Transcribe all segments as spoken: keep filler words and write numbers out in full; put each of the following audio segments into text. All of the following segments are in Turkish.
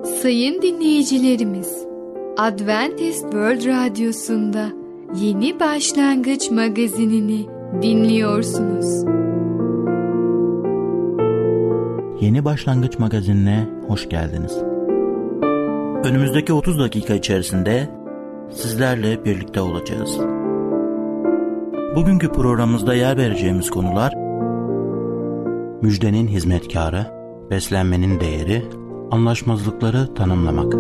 Sayın dinleyicilerimiz, Adventist World Radyosu'nda Yeni Başlangıç Magazinini dinliyorsunuz. Yeni Başlangıç Magazinine hoş geldiniz. Önümüzdeki otuz dakika içerisinde sizlerle birlikte olacağız. Bugünkü programımızda yer vereceğimiz konular: müjdenin hizmetkarı, beslenmenin değeri, anlaşmazlıkları tanımlamak.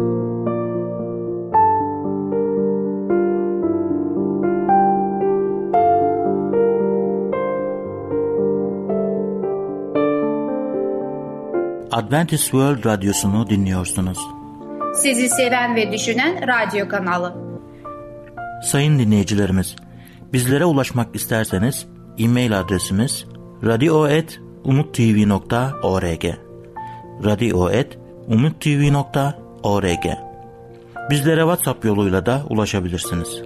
Adventist World Radyosu'nu dinliyorsunuz. Sizi seven ve düşünen radyo kanalı. Sayın dinleyicilerimiz, bizlere ulaşmak isterseniz e-mail adresimiz radio et umuttv nokta org radio et umuttv nokta org. Bizlere WhatsApp yoluyla da ulaşabilirsiniz.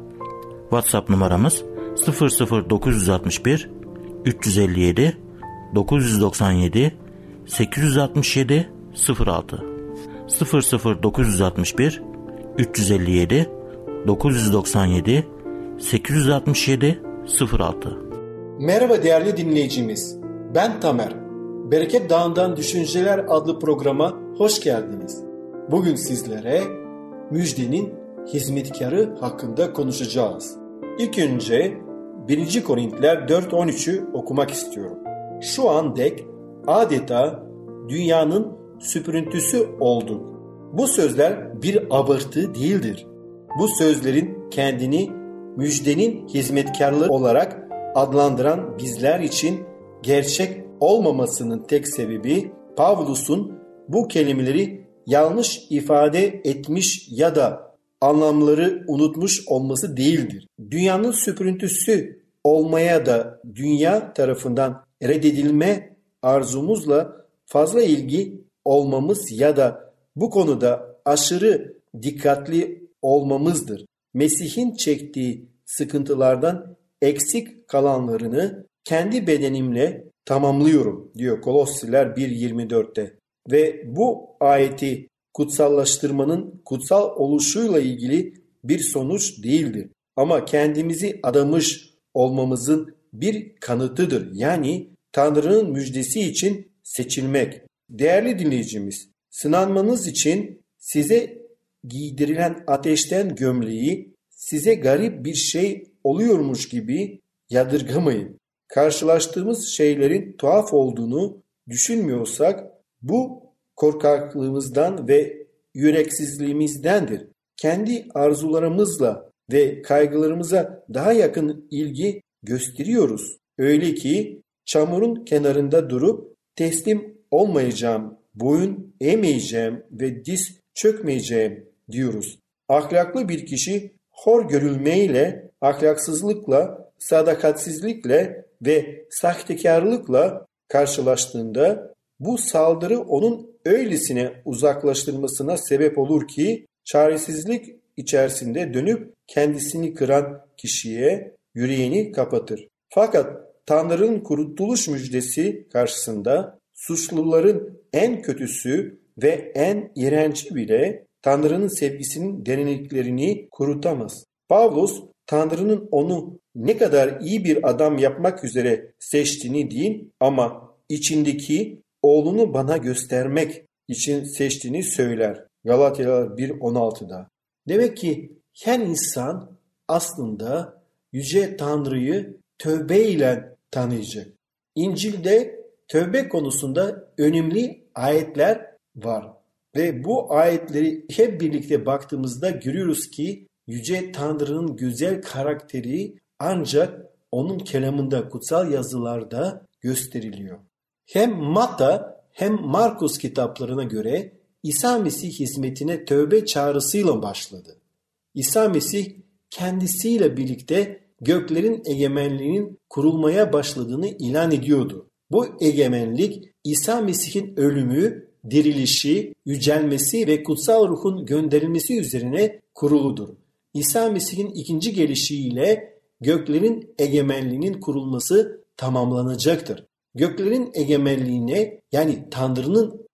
WhatsApp numaramız sıfır sıfır dokuz altı bir üç yüz elli yedi dokuz yüz doksan yedi sekiz yüz altmış yedi sıfır altı sıfır sıfır dokuz altı bir üç yüz elli yedi dokuz yüz doksan yedi sekiz yüz altmış yedi sıfır altı. Merhaba değerli dinleyicimiz. Ben Tamer. Bereket Dağı'ndan Düşünceler adlı programa hoş geldiniz. Bugün sizlere müjdenin hizmetkarı hakkında konuşacağız. İlk önce birinci Korintiler dört on üçü okumak istiyorum. Şu an dek adeta dünyanın süprüntüsü olduk. Bu sözler bir abartı değildir. Bu sözlerin kendini müjdenin hizmetkarlığı olarak adlandıran bizler için gerçek olmamasının tek sebebi Pavlus'un bu kelimeleri yanlış ifade etmiş ya da anlamları unutmuş olması değildir. Dünyanın süprüntüsü olmaya da dünya tarafından reddedilme arzumuzla fazla ilgi olmamız ya da bu konuda aşırı dikkatli olmamızdır. Mesih'in çektiği sıkıntılardan eksik kalanlarını kendi bedenimle tamamlıyorum diyor Kolosliler bir yirmi dörtte. Ve bu ayeti kutsallaştırmanın kutsal oluşuyla ilgili bir sonuç değildir. Ama kendimizi adamış olmamızın bir kanıtıdır. Yani Tanrı'nın müjdesi için seçilmek. Değerli dinleyicimiz, sınanmanız için size giydirilen ateşten gömleği size garip bir şey oluyormuş gibi yadırgamayın. Karşılaştığımız şeylerin tuhaf olduğunu düşünmüyorsak bu korkaklığımızdan ve yüreksizliğimizdendir. Kendi arzularımızla ve kaygılarımıza daha yakın ilgi gösteriyoruz. Öyle ki çamurun kenarında durup teslim olmayacağım, boyun eğmeyeceğim ve diz çökmeyeceğim diyoruz. Ahlaklı bir kişi hor görülmeyle, ahlaksızlıkla, sadakatsizlikle ve sahtekarlıkla karşılaştığında bu saldırı onun öylesine uzaklaştırmasına sebep olur ki çaresizlik içerisinde dönüp kendisini kıran kişiye yüreğini kapatır. Fakat Tanrı'nın kurtuluş müjdesi karşısında suçluların en kötüsü ve en iğrenci bile Tanrı'nın sevgisinin derinliklerini kurutamaz. Pavlus, Tanrı'nın onu ne kadar iyi bir adam yapmak üzere seçtiğini değil ama içindeki oğlunu bana göstermek için seçtiğini söyler. Galatyalılar bir on altıda. Demek ki her insan aslında Yüce Tanrı'yı tövbeyle tanıyacak. İncil'de tövbe konusunda önemli ayetler var. Ve bu ayetleri hep birlikte baktığımızda görüyoruz ki Yüce Tanrı'nın güzel karakteri ancak onun kelamında, kutsal yazılarda gösteriliyor. Hem Matta hem Markus kitaplarına göre İsa Mesih hizmetine tövbe çağrısıyla başladı. İsa Mesih kendisiyle birlikte göklerin egemenliğinin kurulmaya başladığını ilan ediyordu. Bu egemenlik İsa Mesih'in ölümü, dirilişi, yücelmesi ve kutsal ruhun gönderilmesi üzerine kuruludur. İsa Mesih'in ikinci gelişiyle göklerin egemenliğinin kurulması tamamlanacaktır. Göklerin egemenliğine yani Tanrı'nın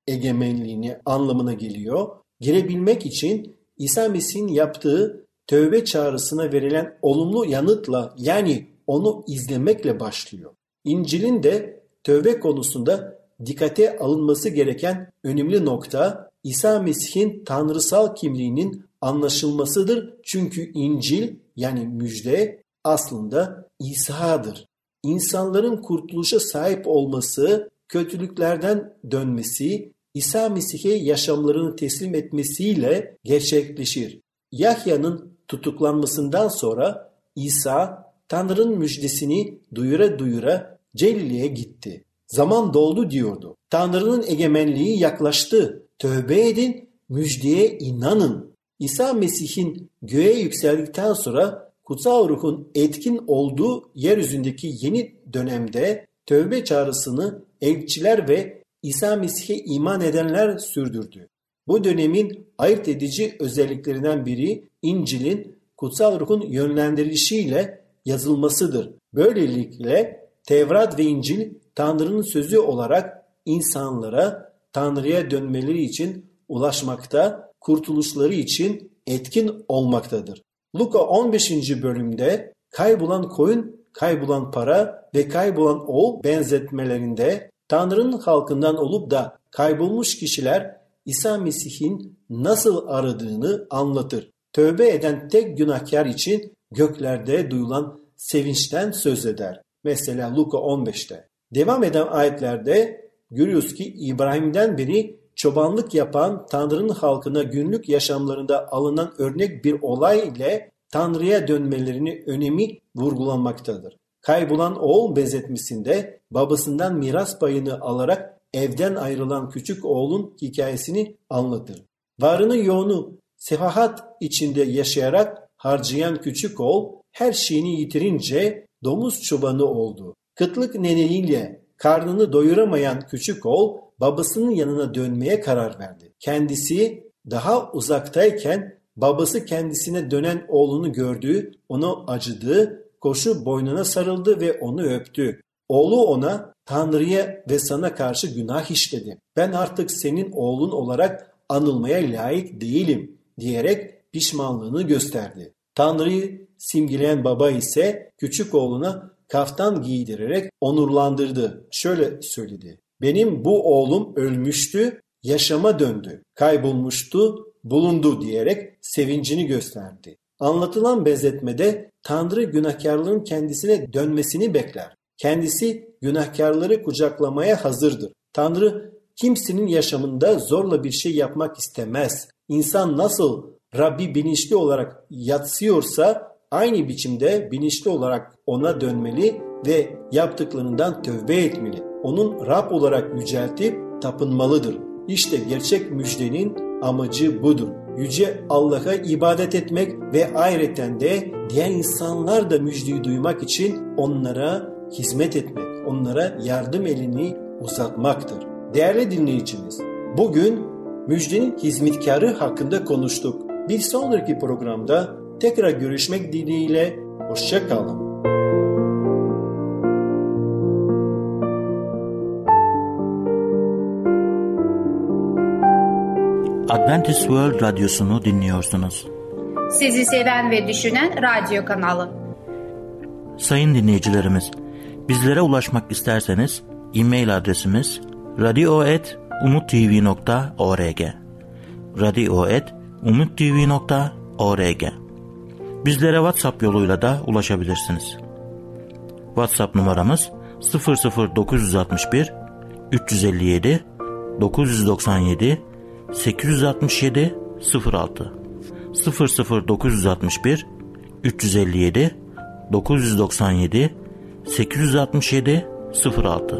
egemenliğini anlamına geliyor. Girebilmek için İsa Mesih'in yaptığı tövbe çağrısına verilen olumlu yanıtla, yani onu izlemekle başlıyor. İncil'in de tövbe konusunda dikkate alınması gereken önemli nokta İsa Mesih'in tanrısal kimliğinin anlaşılmasıdır. Çünkü İncil, yani müjde, aslında İsa'dır. İnsanların kurtuluşa sahip olması, kötülüklerden dönmesi, İsa Mesih'e yaşamlarını teslim etmesiyle gerçekleşir. Yahya'nın tutuklanmasından sonra İsa, Tanrı'nın müjdesini duyura duyura Celil'e gitti. Zaman doldu diyordu. Tanrı'nın egemenliği yaklaştı. Tövbe edin, müjdeye inanın. İsa Mesih'in göğe yükseldikten sonra kutsal ruhun etkin olduğu yeryüzündeki yeni dönemde tövbe çağrısını elçiler ve İsa Mesih'e iman edenler sürdürdü. Bu dönemin ayırt edici özelliklerinden biri İncil'in kutsal ruhun yönlendirilişiyle yazılmasıdır. Böylelikle Tevrat ve İncil Tanrı'nın sözü olarak insanlara Tanrı'ya dönmeleri için ulaşmakta, kurtuluşları için etkin olmaktadır. Luka on beşinci bölümde kaybolan koyun, kaybolan para ve kaybolan oğul benzetmelerinde Tanrı'nın halkından olup da kaybolmuş kişiler İsa Mesih'in nasıl aradığını anlatır. Tövbe eden tek günahkar için göklerde duyulan sevinçten söz eder. Mesela Luka on beşte. Devam eden ayetlerde görüyoruz ki İbrahim'den beri çobanlık yapan Tanrı'nın halkına günlük yaşamlarında alınan örnek bir olay ile Tanrı'ya dönmelerinin önemi vurgulanmaktadır. Kaybolan oğul benzetmesinde babasından miras payını alarak evden ayrılan küçük oğlun hikayesini anlatır. Varını yoğunu sefahat içinde yaşayarak harcayan küçük oğul her şeyini yitirince domuz çobanı oldu. Kıtlık nedeniyle karnını doyuramayan küçük oğul babasının yanına dönmeye karar verdi. Kendisi daha uzaktayken babası kendisine dönen oğlunu gördü, ona acıdı, koşup boynuna sarıldı ve onu öptü. Oğlu ona, Tanrı'ya ve sana karşı günah işledim. Ben artık senin oğlun olarak anılmaya layık değilim diyerek pişmanlığını gösterdi. Tanrı'yı simgeleyen baba ise küçük oğluna kaftan giydirerek onurlandırdı. Şöyle söyledi: benim bu oğlum ölmüştü, yaşama döndü, kaybolmuştu, bulundu diyerek sevincini gösterdi. Anlatılan benzetmede Tanrı günahkarlığın kendisine dönmesini bekler. Kendisi günahkarları kucaklamaya hazırdır. Tanrı kimsenin yaşamında zorla bir şey yapmak istemez. İnsan nasıl Rabbi bilinçli olarak yatsıyorsa aynı biçimde bilinçli olarak ona dönmeli ve yaptıklarından tövbe etmeli. Onun Rab olarak yüceltip tapınmalıdır. İşte gerçek müjdenin amacı budur. Yüce Allah'a ibadet etmek ve ayrıca de diğer insanlar da müjdeyi duymak için onlara hizmet etmek, onlara yardım elini uzatmaktır. Değerli dinleyicimiz, bugün müjdenin hizmetkarı hakkında konuştuk. Bir sonraki programda tekrar görüşmek dileğiyle, hoşça kalın. Adventist World Radyosu'nu dinliyorsunuz. Sizi seven ve düşünen radyo kanalı. Sayın dinleyicilerimiz, bizlere ulaşmak isterseniz e-mail adresimiz radio et umuttv nokta org radio et umuttv nokta org. Bizlere WhatsApp yoluyla da ulaşabilirsiniz. WhatsApp numaramız sıfır sıfır dokuz altı bir üç yüz elli yedi dokuz doksan yedi sekiz yüz altmış yedi sıfır altı sıfır sıfır dokuz altı bir üç yüz elli yedi dokuz doksan yedi sekiz yüz altmış yedi sıfır altı.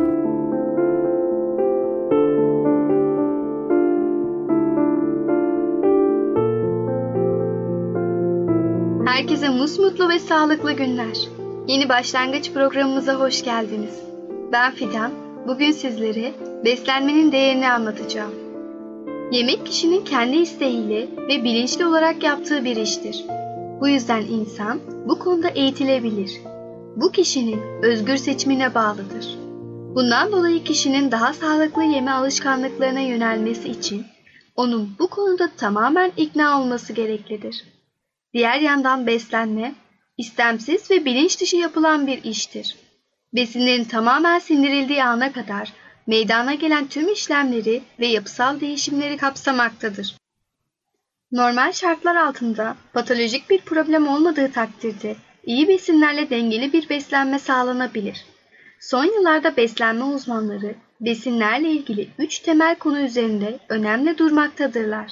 Herkese musmutlu ve sağlıklı günler. Yeni başlangıç programımıza hoş geldiniz. Ben Fidan. Bugün sizlere beslenmenin değerini anlatacağım. Yemek kişinin kendi isteğiyle ve bilinçli olarak yaptığı bir iştir. Bu yüzden insan bu konuda eğitilebilir. Bu kişinin özgür seçimine bağlıdır. Bundan dolayı kişinin daha sağlıklı yeme alışkanlıklarına yönelmesi için onun bu konuda tamamen ikna olması gereklidir. Diğer yandan beslenme, istemsiz ve bilinç dışı yapılan bir iştir. Besinlerin tamamen sindirildiği ana kadar meydana gelen tüm işlemleri ve yapısal değişimleri kapsamaktadır. Normal şartlar altında patolojik bir problem olmadığı takdirde iyi besinlerle dengeli bir beslenme sağlanabilir. Son yıllarda beslenme uzmanları besinlerle ilgili üç temel konu üzerinde önemli durmaktadırlar.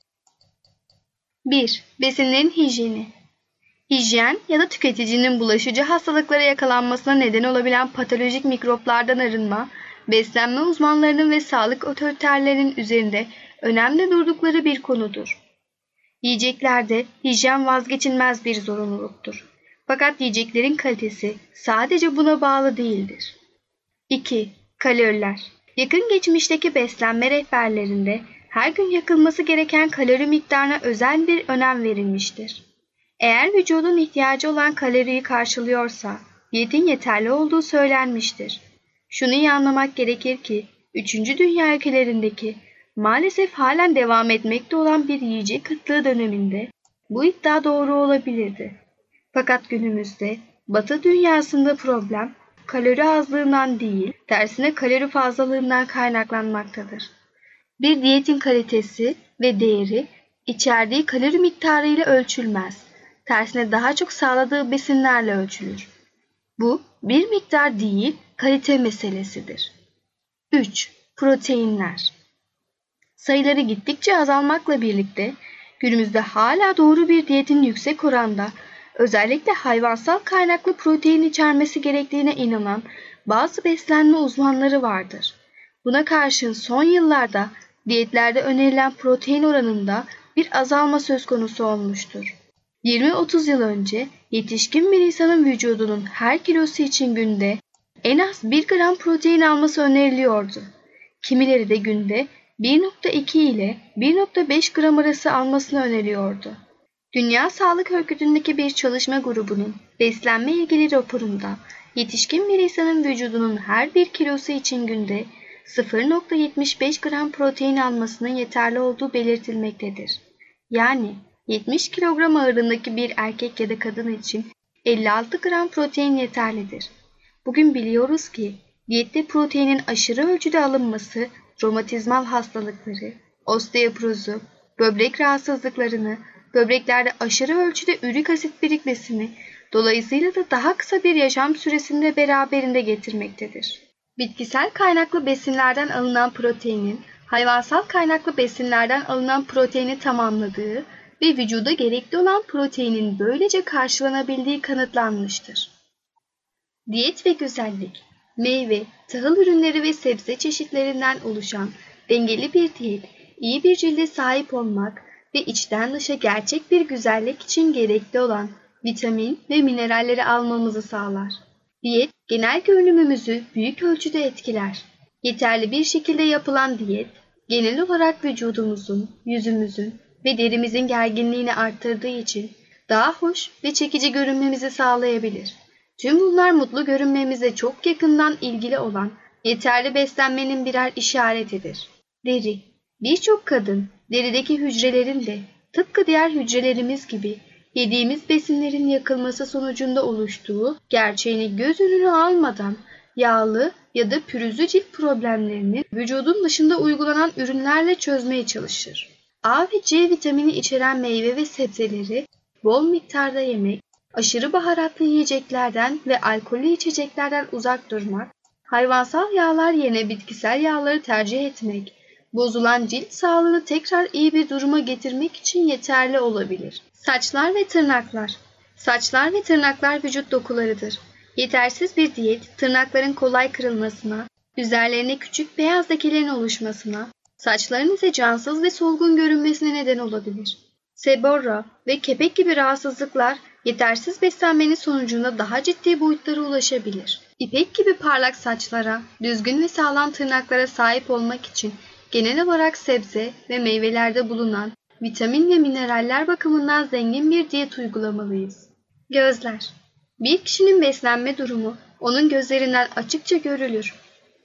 bir. Besinlerin hijyeni. Hijyen ya da tüketicinin bulaşıcı hastalıklara yakalanmasına neden olabilen patolojik mikroplardan arınma, beslenme uzmanlarının ve sağlık otoriterlerinin üzerinde önemli durdukları bir konudur. Yiyeceklerde hijyen vazgeçilmez bir zorunluluktur. Fakat yiyeceklerin kalitesi sadece buna bağlı değildir. iki. Kaloriler. Yakın geçmişteki beslenme rehberlerinde her gün yakılması gereken kalori miktarına özel bir önem verilmiştir. Eğer vücudun ihtiyacı olan kaloriyi karşılıyorsa, diyetin yeterli olduğu söylenmiştir. Şunu iyi anlamak gerekir ki, üçüncü dünya ülkelerindeki maalesef halen devam etmekte olan bir yiyecek kıtlığı döneminde bu iddia doğru olabilirdi. Fakat günümüzde Batı dünyasında problem kalori azlığından değil, tersine kalori fazlalığından kaynaklanmaktadır. Bir diyetin kalitesi ve değeri içerdiği kalori miktarıyla ölçülmez. Tersine daha çok sağladığı besinlerle ölçülür. Bu bir miktar değil, kalite meselesidir. üç. Proteinler. Sayıları gittikçe azalmakla birlikte günümüzde hala doğru bir diyetin yüksek oranda özellikle hayvansal kaynaklı protein içermesi gerektiğine inanan bazı beslenme uzmanları vardır. Buna karşın son yıllarda diyetlerde önerilen protein oranında bir azalma söz konusu olmuştur. yirmi otuz yıl önce yetişkin bir insanın vücudunun her kilosu için günde en az bir gram protein alması öneriliyordu. Kimileri de günde bir nokta iki ile bir nokta beş gram arası almasını öneriyordu. Dünya Sağlık Örgütü'ndeki bir çalışma grubunun beslenme ilgili raporunda yetişkin bir insanın vücudunun her bir kilosu için günde sıfır nokta yetmiş beş gram protein almasının yeterli olduğu belirtilmektedir. Yani yetmiş kilogram ağırlığındaki bir erkek ya da kadın için elli altı gram protein yeterlidir. Bugün biliyoruz ki diyette proteinin aşırı ölçüde alınması romatizmal hastalıkları, osteoporozu, böbrek rahatsızlıklarını, böbreklerde aşırı ölçüde ürik asit birikmesini, dolayısıyla da daha kısa bir yaşam süresini de beraberinde getirmektedir. Bitkisel kaynaklı besinlerden alınan proteinin, hayvansal kaynaklı besinlerden alınan proteini tamamladığı ve vücuda gerekli olan proteinin böylece karşılanabildiği kanıtlanmıştır. Diyet ve güzellik, meyve, tahıl ürünleri ve sebze çeşitlerinden oluşan dengeli bir diyet, iyi bir cilde sahip olmak ve içten dışa gerçek bir güzellik için gerekli olan vitamin ve mineralleri almamızı sağlar. Diyet, genel görünümümüzü büyük ölçüde etkiler. Yeterli bir şekilde yapılan diyet, genel olarak vücudumuzun, yüzümüzün ve derimizin gerginliğini arttırdığı için daha hoş ve çekici görünmemizi sağlayabilir. Tüm bunlar mutlu görünmemize çok yakından ilgili olan yeterli beslenmenin birer işaretidir. Deri. Birçok kadın derideki hücrelerin de tıpkı diğer hücrelerimiz gibi yediğimiz besinlerin yakılması sonucunda oluştuğu gerçeğini göz önüne almadan yağlı ya da pürüzlü cilt problemlerini vücudun dışında uygulanan ürünlerle çözmeye çalışır. A ve C vitamini içeren meyve ve sebzeleri bol miktarda yemek, aşırı baharatlı yiyeceklerden ve alkollü içeceklerden uzak durmak, hayvansal yağlar yerine bitkisel yağları tercih etmek, bozulan cilt sağlığını tekrar iyi bir duruma getirmek için yeterli olabilir. Saçlar ve tırnaklar. Saçlar ve tırnaklar vücut dokularıdır. Yetersiz bir diyet, tırnakların kolay kırılmasına, üzerlerine küçük beyaz lekelerin oluşmasına, saçların ise cansız ve solgun görünmesine neden olabilir. Seborra ve kepek gibi rahatsızlıklar yetersiz beslenmenin sonucunda daha ciddi boyutlara ulaşabilir. İpek gibi parlak saçlara, düzgün ve sağlam tırnaklara sahip olmak için genel olarak sebze ve meyvelerde bulunan vitamin ve mineraller bakımından zengin bir diyet uygulamalıyız. Gözler. Bir kişinin beslenme durumu onun gözlerinden açıkça görülür.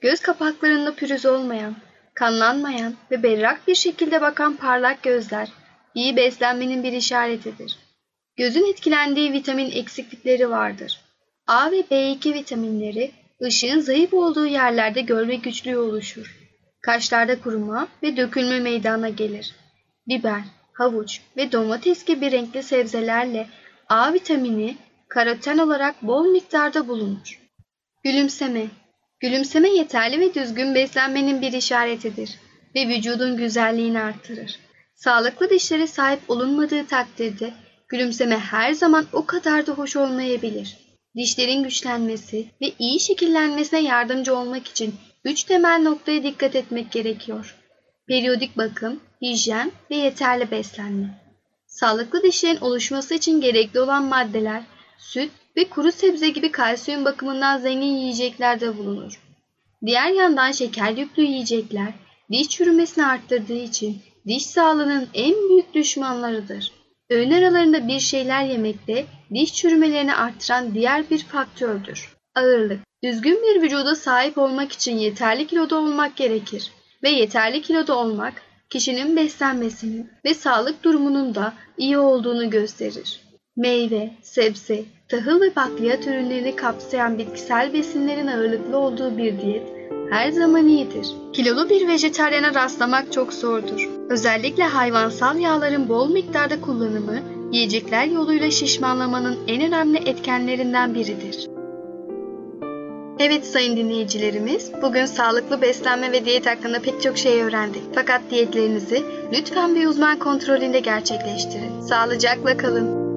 Göz kapaklarında pürüz olmayan, kanlanmayan ve berrak bir şekilde bakan parlak gözler, iyi beslenmenin bir işaretidir. Gözün etkilendiği vitamin eksiklikleri vardır. A ve B iki vitaminleri ışığın zayıf olduğu yerlerde görme güçlüğü oluşur. Kaşlarda kuruma ve dökülme meydana gelir. Biber, havuç ve domates gibi renkli sebzelerle A vitamini karoten olarak bol miktarda bulunur. Gülümseme. Gülümseme yeterli ve düzgün beslenmenin bir işaretidir ve vücudun güzelliğini artırır. Sağlıklı dişlere sahip olunmadığı takdirde gülümseme her zaman o kadar da hoş olmayabilir. Dişlerin güçlenmesi ve iyi şekillenmesine yardımcı olmak için üç temel noktaya dikkat etmek gerekiyor. Periyodik bakım, hijyen ve yeterli beslenme. Sağlıklı dişlerin oluşması için gerekli olan maddeler, süt ve kuru sebze gibi kalsiyum bakımından zengin yiyeceklerde bulunur. Diğer yandan şeker yüklü yiyecekler diş çürümesini arttırdığı için diş sağlığının en büyük düşmanlarıdır. Öğün aralarında bir şeyler yemek de diş çürümelerini artıran diğer bir faktördür. Ağırlık. Düzgün bir vücuda sahip olmak için yeterli kiloda olmak gerekir ve yeterli kiloda olmak kişinin beslenmesinin ve sağlık durumunun da iyi olduğunu gösterir. Meyve, sebze, tahıl ve bakliyat ürünlerini kapsayan bitkisel besinlerin ağırlıklı olduğu bir diyet her zaman iyidir. Kilolu bir vejetaryene rastlamak çok zordur. Özellikle hayvansal yağların bol miktarda kullanımı yiyecekler yoluyla şişmanlamanın en önemli etkenlerinden biridir. Evet sayın dinleyicilerimiz, bugün sağlıklı beslenme ve diyet hakkında pek çok şey öğrendik. Fakat diyetlerinizi lütfen bir uzman kontrolünde gerçekleştirin. Sağlıcakla kalın.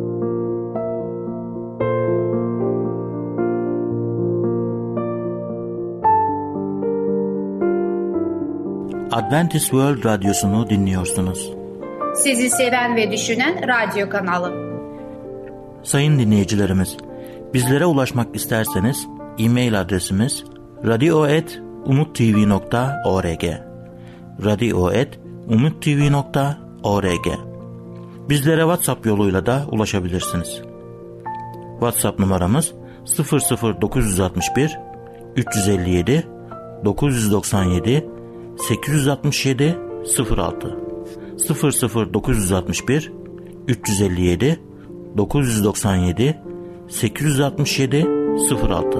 Adventist World Radyosu'nu dinliyorsunuz. Sizi seven ve düşünen radyo kanalı. Sayın dinleyicilerimiz, bizlere ulaşmak isterseniz e-mail adresimiz radio et umuttv nokta org radio et umuttv nokta org. Bizlere WhatsApp yoluyla da ulaşabilirsiniz. WhatsApp numaramız sıfır sıfır dokuz altı bir üç yüz elli yedi dokuz yüz doksan yedi sekiz yüz altmış yedi sıfır altı sıfır sıfır dokuz altı bir üç yüz elli yedi dokuz yüz doksan yedi sekiz yüz altmış yedi sıfır altı.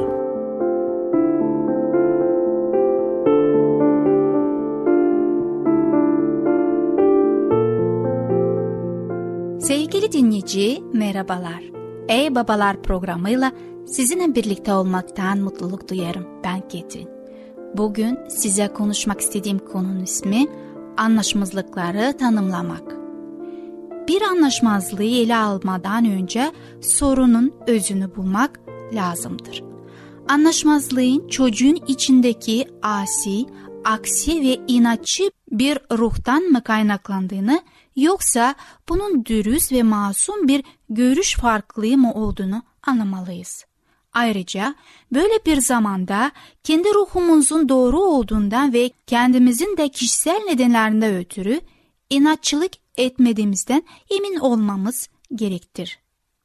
Sevgili dinleyici, merhabalar. Ey Babalar programıyla sizinle birlikte olmaktan mutluluk duyarım. Ben Ketrin. Bugün size konuşmak istediğim konunun ismi anlaşmazlıkları tanımlamak. Bir anlaşmazlığı ele almadan önce sorunun özünü bulmak lazımdır. Anlaşmazlığın çocuğun içindeki asi, aksi ve inatçı bir ruhtan mı kaynaklandığını yoksa bunun dürüst ve masum bir görüş farklılığı mı olduğunu anlamalıyız. Ayrıca böyle bir zamanda kendi ruhumuzun doğru olduğundan ve kendimizin de kişisel nedenlerinden ötürü inatçılık etmediğimizden emin olmamız gerektir.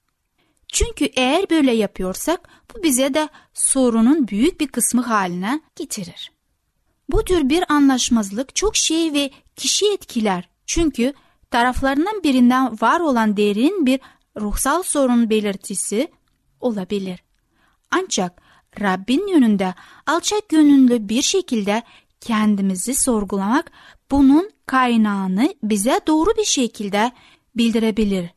Çünkü eğer böyle yapıyorsak bu bize de sorunun büyük bir kısmı haline getirir. Bu tür bir anlaşmazlık çok şey ve kişi etkiler. Çünkü taraflarından birinden var olan derin bir ruhsal sorun belirtisi olabilir. Ancak Rabbin yönünde alçak gönüllü bir şekilde kendimizi sorgulamak bunun kaynağını bize doğru bir şekilde bildirebilir.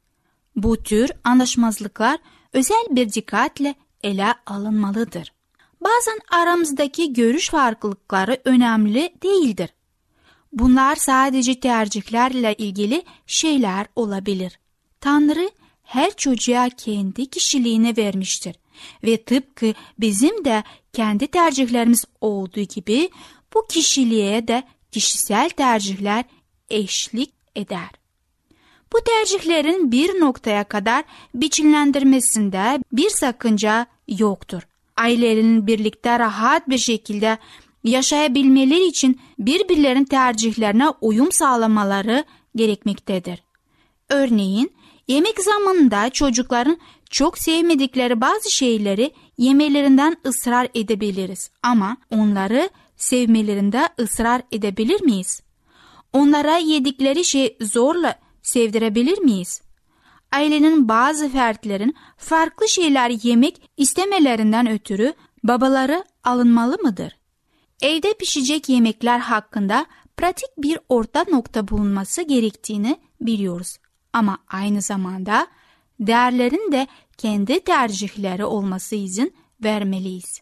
Bu tür anlaşmazlıklar özel bir dikkatle ele alınmalıdır. Bazen aramızdaki görüş farklılıkları önemli değildir. Bunlar sadece tercihlerle ilgili şeyler olabilir. Tanrı her çocuğa kendi kişiliğini vermiştir ve tıpkı bizim de kendi tercihlerimiz olduğu gibi bu kişiliğe de kişisel tercihler eşlik eder. Bu tercihlerin bir noktaya kadar biçimlendirmesinde bir sakınca yoktur. Ailelerin birlikte rahat bir şekilde yaşayabilmeleri için birbirlerinin tercihlerine uyum sağlamaları gerekmektedir. Örneğin yemek zamanında çocukların çok sevmedikleri bazı şeyleri yemelerinden ısrar edebiliriz ama onları sevmelerinde ısrar edebilir miyiz? Onlara yedikleri şeyi zorla sevdirebilir miyiz? Ailenin bazı fertlerin farklı şeyler yemek istemelerinden ötürü babaları alınmalı mıdır? Evde pişecek yemekler hakkında pratik bir orta nokta bulunması gerektiğini biliyoruz. Ama aynı zamanda değerlerin de kendi tercihleri olması izin vermeliyiz.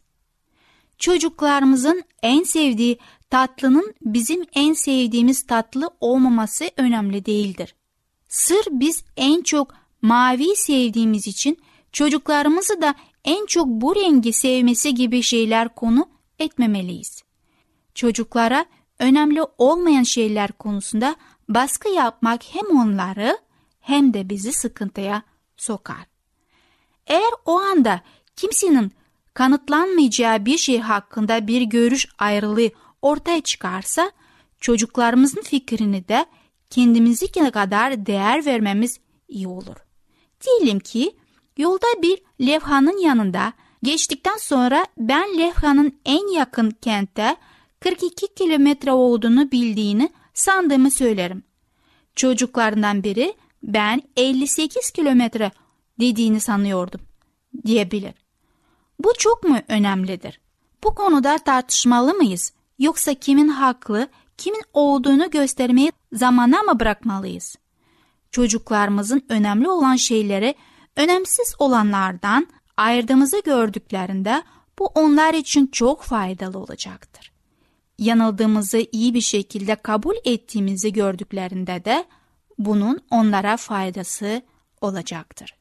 Çocuklarımızın en sevdiği tatlının bizim en sevdiğimiz tatlı olmaması önemli değildir. Sır biz en çok mavi sevdiğimiz için çocuklarımızı da en çok bu rengi sevmesi gibi şeyler konu etmemeliyiz. Çocuklara önemli olmayan şeyler konusunda baskı yapmak hem onları hem de bizi sıkıntıya sokar. Eğer o anda kimsenin kanıtlanmayacağı bir şey hakkında bir görüş ayrılığı ortaya çıkarsa, çocuklarımızın fikrini de kendimizi kadar değer vermemiz iyi olur. Diyelim ki yolda bir levhanın yanında geçtikten sonra ben levhanın en yakın kentte kırk iki kilometre olduğunu bildiğini sandığımı söylerim. Çocuklarından biri ben elli sekiz kilometre dediğini sanıyordum diyebilir. Bu çok mu önemlidir? Bu konuda tartışmalı mıyız? Yoksa kimin haklı, kimin olduğunu göstermeyi zamana mı bırakmalıyız? Çocuklarımızın önemli olan şeyleri önemsiz olanlardan ayırdığımızı gördüklerinde bu onlar için çok faydalı olacaktır. Yanıldığımızı iyi bir şekilde kabul ettiğimizi gördüklerinde de bunun onlara faydası olacaktır.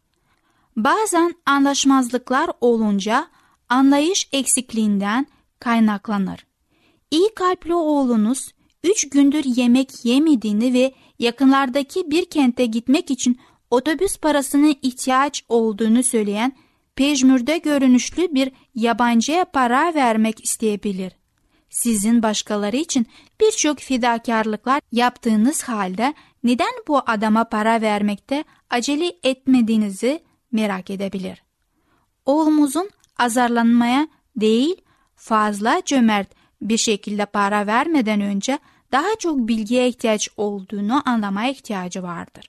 Bazen anlaşmazlıklar olunca anlayış eksikliğinden kaynaklanır. İyi kalpli oğlunuz üç gündür yemek yemediğini ve yakınlardaki bir kente gitmek için otobüs parasına ihtiyaç olduğunu söyleyen pejmürde görünüşlü bir yabancıya para vermek isteyebilir. Sizin başkaları için birçok fedakarlıklar yaptığınız halde neden bu adama para vermekte acele etmediğinizi merak edebilir. Oğlumuzun azarlanmaya değil, fazla cömert bir şekilde para vermeden önce daha çok bilgiye ihtiyaç olduğunu anlamaya ihtiyacı vardır.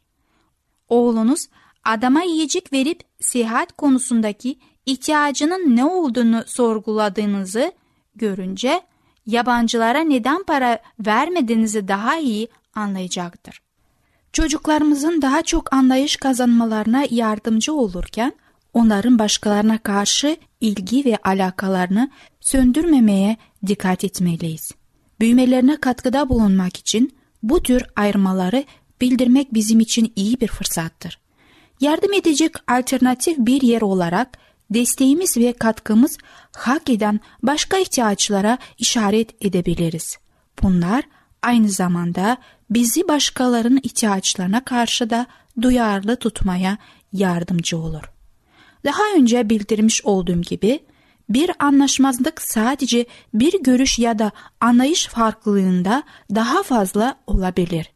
Oğlunuz adama yiyecek verip seyahat konusundaki ihtiyacının ne olduğunu sorguladığınızı görünce yabancılara neden para vermediğinizi daha iyi anlayacaktır. Çocuklarımızın daha çok anlayış kazanmalarına yardımcı olurken onların başkalarına karşı ilgi ve alakalarını söndürmemeye dikkat etmeliyiz. Büyümelerine katkıda bulunmak için bu tür ayrımaları bildirmek bizim için iyi bir fırsattır. Yardım edecek alternatif bir yer olarak desteğimiz ve katkımız hak eden başka ihtiyaçlara işaret edebiliriz. Bunlar aynı zamanda bizi başkalarının ihtiyaçlarına karşı da duyarlı tutmaya yardımcı olur. Daha önce bildirmiş olduğum gibi bir anlaşmazlık sadece bir görüş ya da anlayış farklılığında daha fazla olabilir.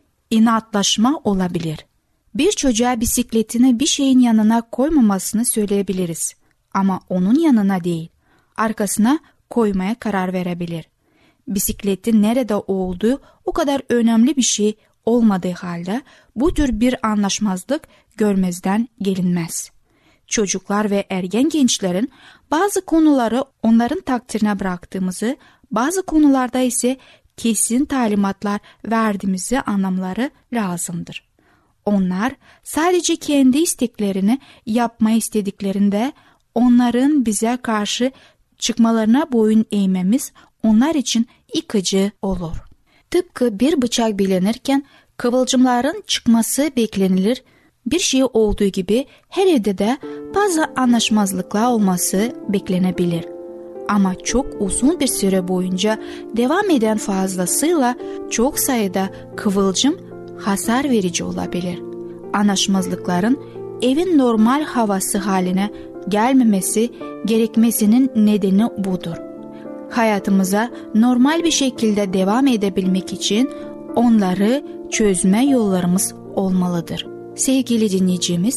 İnatlaşma olabilir. Bir çocuğa bisikletini bir şeyin yanına koymamasını söyleyebiliriz. Ama onun yanına değil, arkasına koymaya karar verebilir. Bisikletin nerede olduğu o kadar önemli bir şey olmadığı halde bu tür bir anlaşmazlık görmezden gelinmez. Çocuklar ve ergen gençlerin bazı konuları onların takdirine bıraktığımızı, bazı konularda ise kesin talimatlar verdiğimizi anlamaları lazımdır. Onlar sadece kendi isteklerini yapmayı istediklerinde onların bize karşı çıkmalarına boyun eğmemiz onlar için yıkıcı olur. Tıpkı bir bıçak bilenirken kıvılcımların çıkması beklenilir bir şey olduğu gibi her evde de bazı anlaşmazlıklar olması beklenebilir. Ama çok uzun bir süre boyunca devam eden fazlasıyla çok sayıda kıvılcım hasar verici olabilir. Anlaşmazlıkların evin normal havası haline gelmemesi gerekmesinin nedeni budur. Hayatımıza normal bir şekilde devam edebilmek için onları çözme yollarımız olmalıdır. Sevgili dinleyicimiz,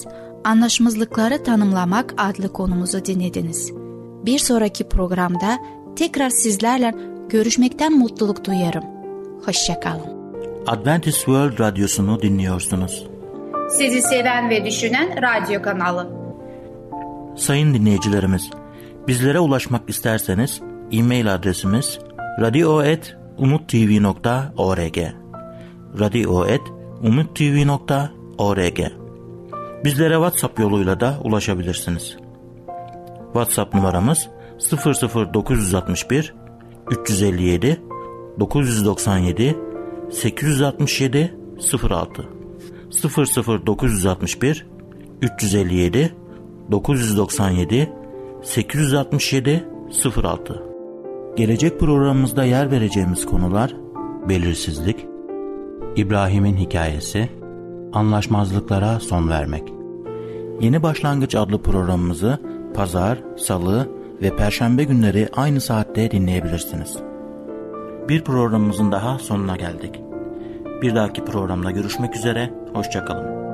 Anlaşmazlıkları tanımlamak adlı konumuzu dinlediniz. Bir sonraki programda tekrar sizlerle görüşmekten mutluluk duyarım. Hoşça kalın. Adventist World Radyosu'nu dinliyorsunuz. Sizi seven ve düşünen radyo kanalı. Sayın dinleyicilerimiz, bizlere ulaşmak isterseniz e-mail adresimiz radio et umuttv nokta org radio et umuttv nokta org. Bizlere WhatsApp yoluyla da ulaşabilirsiniz. WhatsApp numaramız sıfır sıfır dokuz altı bir üç yüz elli yedi dokuz yüz doksan yedi sekiz yüz altmış yedi sıfır altı sıfır sıfır dokuz altı bir üç yüz elli yedi dokuz yüz doksan yedi sekiz yüz altmış yedi sıfır altı. Gelecek programımızda yer vereceğimiz konular belirsizlik, İbrahim'in hikayesi, anlaşmazlıklara son vermek. Yeni Başlangıç adlı programımızı Pazar, Salı ve Perşembe günleri aynı saatte dinleyebilirsiniz. Bir programımızın daha sonuna geldik. Bir dahaki programda görüşmek üzere, hoşça kalın.